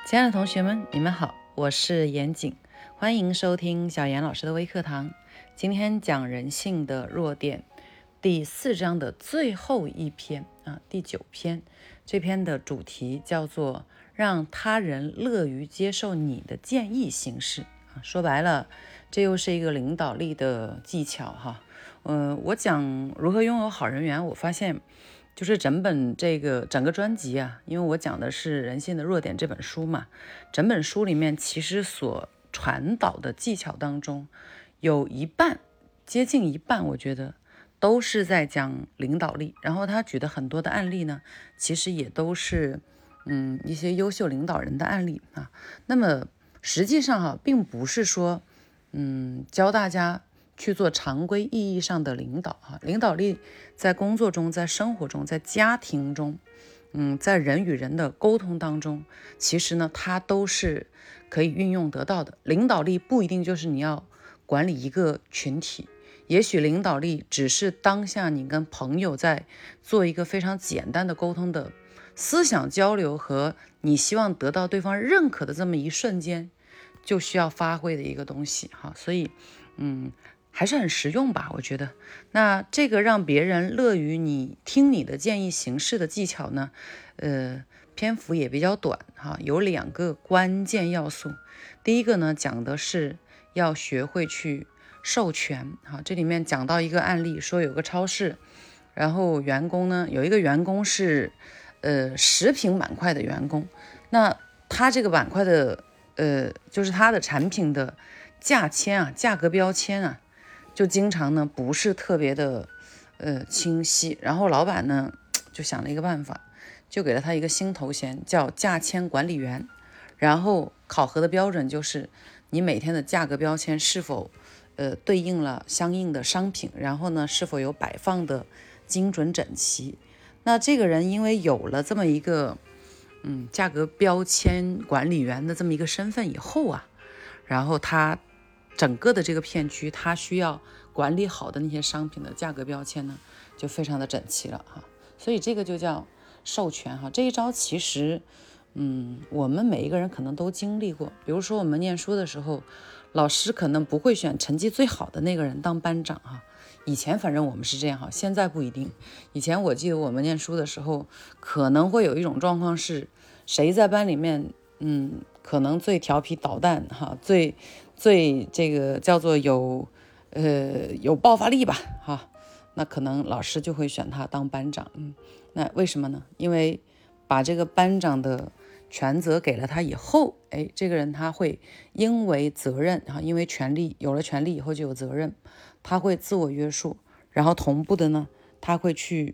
亲爱的同学们，你们好，我是严谨，欢迎收听小严老师的微课堂。今天讲人性的弱点，第4章的最后一篇第9篇。这篇的主题叫做让他人乐于接受你的建议行事。说白了，这又是一个领导力的技巧哈。我讲如何拥有好人缘，我发现就是整个专辑因为我讲的是人性的弱点这本书嘛，整本书里面其实所传导的技巧当中，有接近一半，我觉得都是在讲领导力。然后他举的很多的案例呢，其实也都是一些优秀领导人的案例啊。那么实际上并不是说教大家去做常规意义上的领导领导力在工作中，在生活中，在家庭中，在人与人的沟通当中，其实呢它都是可以运用得到的。领导力不一定就是你要管理一个群体，也许领导力只是当下你跟朋友在做一个非常简单的沟通的思想交流和你希望得到对方认可的这么一瞬间就需要发挥的一个东西所以还是很实用吧，我觉得。那这个让别人乐于听你的建议行事的技巧呢，篇幅也比较短有2个关键要素。第一个呢，讲的是要学会去授权这里面讲到一个案例，说有个超市，然后有一个员工是食品板块的员工，那他这个板块的就是他的产品的价格标签就经常呢不是特别的清晰。然后老板呢就想了一个办法，就给了他一个新头衔，叫价签管理员。然后考核的标准就是你每天的价格标签是否对应了相应的商品，然后呢是否有摆放的精准整齐。那这个人因为有了这么一个价格标签管理员的这么一个身份以后然后他整个的这个片区，他需要管理好的那些商品的价格标签呢，就非常的整齐了所以这个就叫授权这一招其实我们每一个人可能都经历过。比如说我们念书的时候，老师可能不会选成绩最好的那个人当班长以前反正我们是这样现在不一定。以前我记得我们念书的时候，可能会有一种状况是，谁在班里面可能最调皮捣蛋最这个叫做有爆发力吧那可能老师就会选他当班长那为什么呢？因为把这个班长的权责给了他以后，这个人他会因为责任因为有了权利以后就有责任，他会自我约束，然后同步的呢，他会去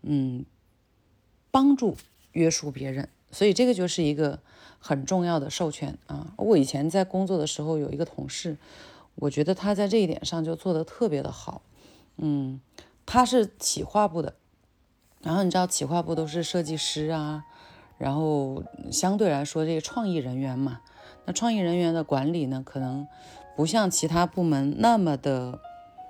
帮助约束别人。所以这个就是一个很重要的授权我以前在工作的时候有一个同事，我觉得他在这一点上就做得特别的好他是企划部的，然后你知道企划部都是设计师然后相对来说这个创意人员嘛，那创意人员的管理呢，可能不像其他部门那么的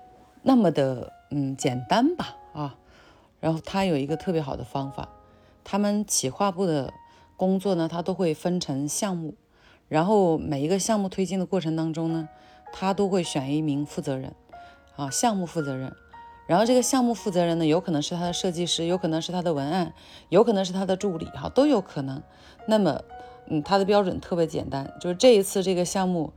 简单吧然后他有一个特别好的方法，他们企划部的工作呢，他都会分成项目，然后每一个项目推进的过程当中呢，他都会选一名负责人项目负责人。然后这个项目负责人呢，有可能是他的设计师，有可能是他的文案，有可能是他的助理都有可能。那么他的标准特别简单，就是这一次这个项目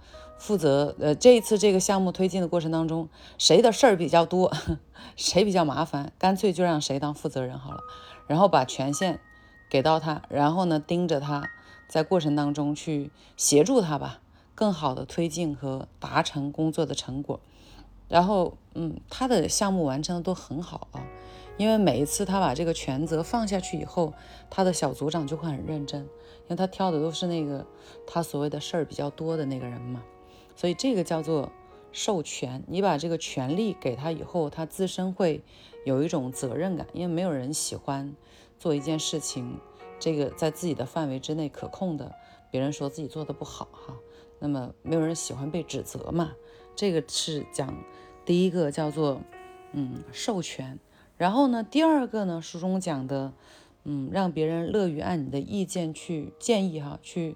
推进的过程当中，谁的事儿比较多谁比较麻烦，干脆就让谁当负责人好了，然后把权限给到他，然后呢盯着他在过程当中去协助他吧，更好的推进和达成工作的成果。然后他的项目完成的都很好因为每一次他把这个权责放下去以后，他的小组长就会很认真，因为他挑的都是那个他所谓的事儿比较多的那个人嘛。所以这个叫做授权，你把这个权利给他以后，他自身会有一种责任感，因为没有人喜欢做一件事情这个在自己的范围之内可控的，别人说自己做的不好那么没有人喜欢被指责嘛。这个是讲第一个叫做授权。然后呢，第二个呢，书中讲的让别人乐于按你的意见去建议去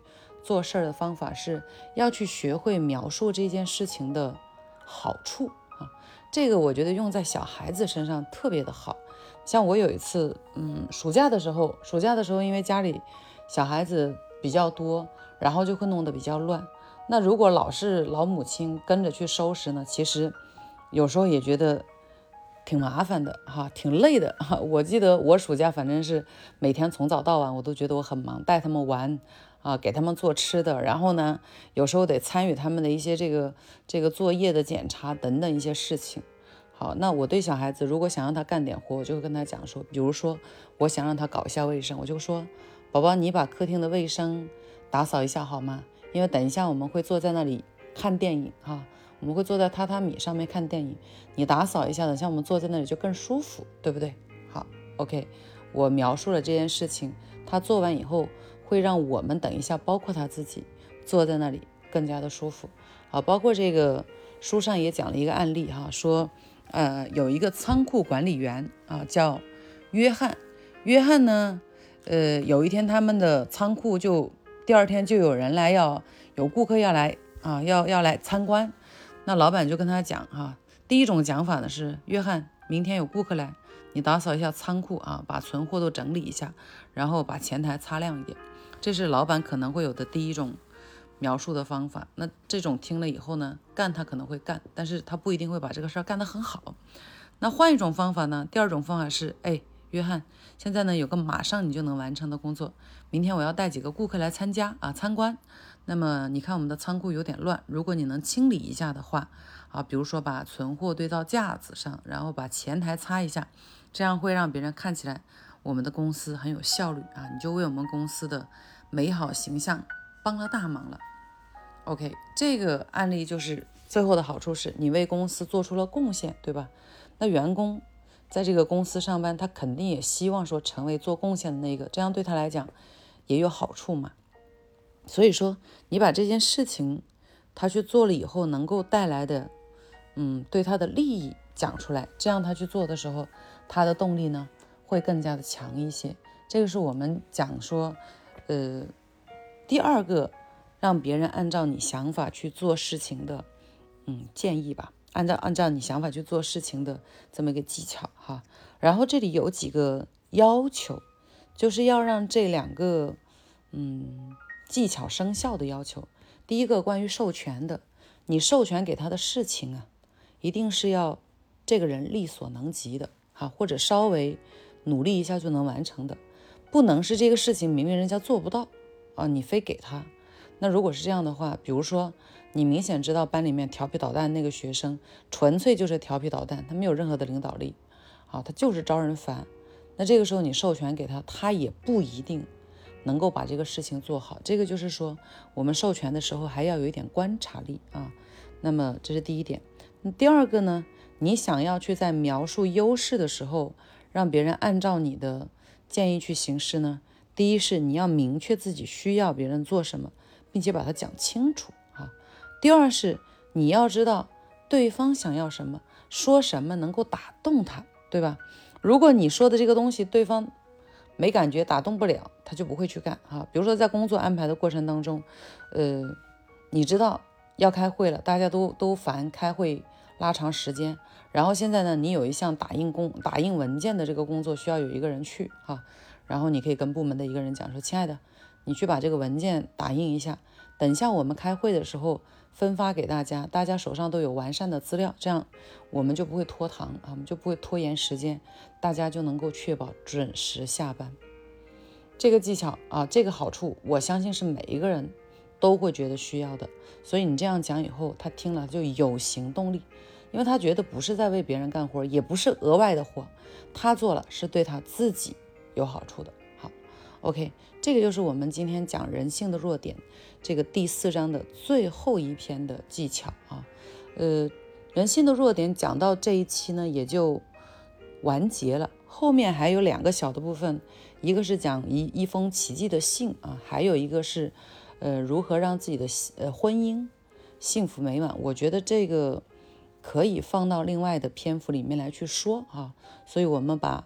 做事的方法是要去学会描述这件事情的好处啊。这个我觉得用在小孩子身上特别的好。像我有一次，暑假的时候，因为家里小孩子比较多，然后就会弄得比较乱。那如果老是老母亲跟着去收拾呢，其实有时候也觉得挺麻烦的哈，挺累的哈。我记得我暑假反正是每天从早到晚，我都觉得我很忙，带他们玩啊，给他们做吃的，然后呢，有时候得参与他们的一些这个作业的检查等等一些事情。好，那我对小孩子如果想让他干点活，我就会跟他讲说，比如说我想让他搞一下卫生，我就说，宝宝，你把客厅的卫生打扫一下好吗？因为等一下我们会坐在那里看电影哈。我们会坐在榻榻米上面看电影，你打扫一下，等下我们坐在那里就更舒服，对不对？好 ，OK， 我描述了这件事情，他做完以后会让我们等一下，包括他自己坐在那里更加的舒服。好，包括这个书上也讲了一个案例哈，说有一个仓库管理员啊叫约翰呢，有一天他们的仓库第二天就有人来有顾客要来啊要来参观。那老板就跟他讲哈，第一种讲法呢是，约翰，明天有顾客来，你打扫一下仓库啊，把存货都整理一下，然后把前台擦亮一点。这是老板可能会有的第一种描述的方法。那这种听了以后呢，干他可能会干，但是他不一定会把这个事儿干得很好。那换一种方法呢，第二种方法是，约翰，现在呢有个马上你就能完成的工作，明天我要带几个顾客来参观。那么你看我们的仓库有点乱，如果你能清理一下的话啊，比如说把存货堆到架子上，然后把前台擦一下，这样会让别人看起来我们的公司很有效率啊，你就为我们公司的美好形象帮了大忙了。OK， 这个案例就是最后的好处是你为公司做出了贡献，对吧？那员工在这个公司上班，他肯定也希望说成为做贡献的那个，这样对他来讲也有好处嘛。所以说你把这件事情他去做了以后能够带来的对他的利益讲出来，这样他去做的时候，他的动力呢会更加的强一些。这个是我们讲说第二个让别人按照你想法去做事情的建议吧，按照你想法去做事情的这么一个技巧哈。然后这里有几个要求，就是要让这两个技巧生效的要求。第一个关于授权的，你授权给他的事情啊，一定是要这个人力所能及的哈，或者稍微努力一下就能完成的，不能是这个事情明明人家做不到啊，你非给他。那如果是这样的话，比如说你明显知道班里面调皮捣蛋那个学生纯粹就是调皮捣蛋，他没有任何的领导力啊，他就是招人烦，那这个时候你授权给他，他也不一定能够把这个事情做好。这个就是说我们授权的时候还要有一点观察力啊。那么这是第一点。第二个呢，你想要去在描述优势的时候让别人按照你的建议去行事呢，第一是你要明确自己需要别人做什么，并且把它讲清楚啊。第二是你要知道对方想要什么，说什么能够打动他，对吧？如果你说的这个东西对方没感觉，打动不了，他就不会去干啊。比如说在工作安排的过程当中，你知道要开会了，大家都烦开会拉长时间，然后现在呢，你有一项打印文件的这个工作需要有一个人去哈，然后你可以跟部门的一个人讲说，亲爱的，你去把这个文件打印一下，等一下我们开会的时候分发给大家，大家手上都有完善的资料，这样我们就不会拖堂啊，我们就不会拖延时间，大家就能够确保准时下班。这个技巧啊，这个好处，我相信是每一个人都会觉得需要的。所以你这样讲以后，他听了就有行动力，因为他觉得不是在为别人干活，也不是额外的活，他做了是对他自己有好处的。好 ，OK， 这个就是我们今天讲人性的弱点这个第4章的最后一篇的技巧啊。人性的弱点讲到这一期呢，也就完结了。后面还有2个小的部分，一个是讲一封奇迹的信啊，还有一个是如何让自己的婚姻幸福美满。我觉得这个可以放到另外的篇幅里面来去说啊，所以我们把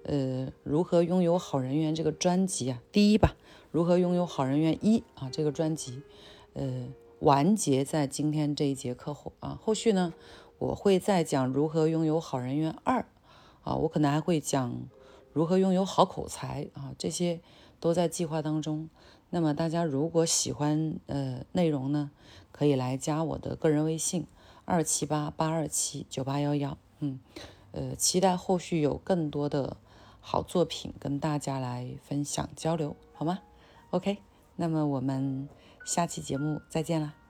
如何拥有好人缘这个专辑啊，第一吧，如何拥有好人缘一啊这个专辑，完结在今天这一节课后啊。后续呢，我会再讲如何拥有好人缘二啊，我可能还会讲如何拥有好口才啊，这些都在计划当中。那么大家如果喜欢内容呢，可以来加我的个人微信27882798811，期待后续有更多的好作品跟大家来分享交流，好吗？OK，那么我们下期节目再见啦。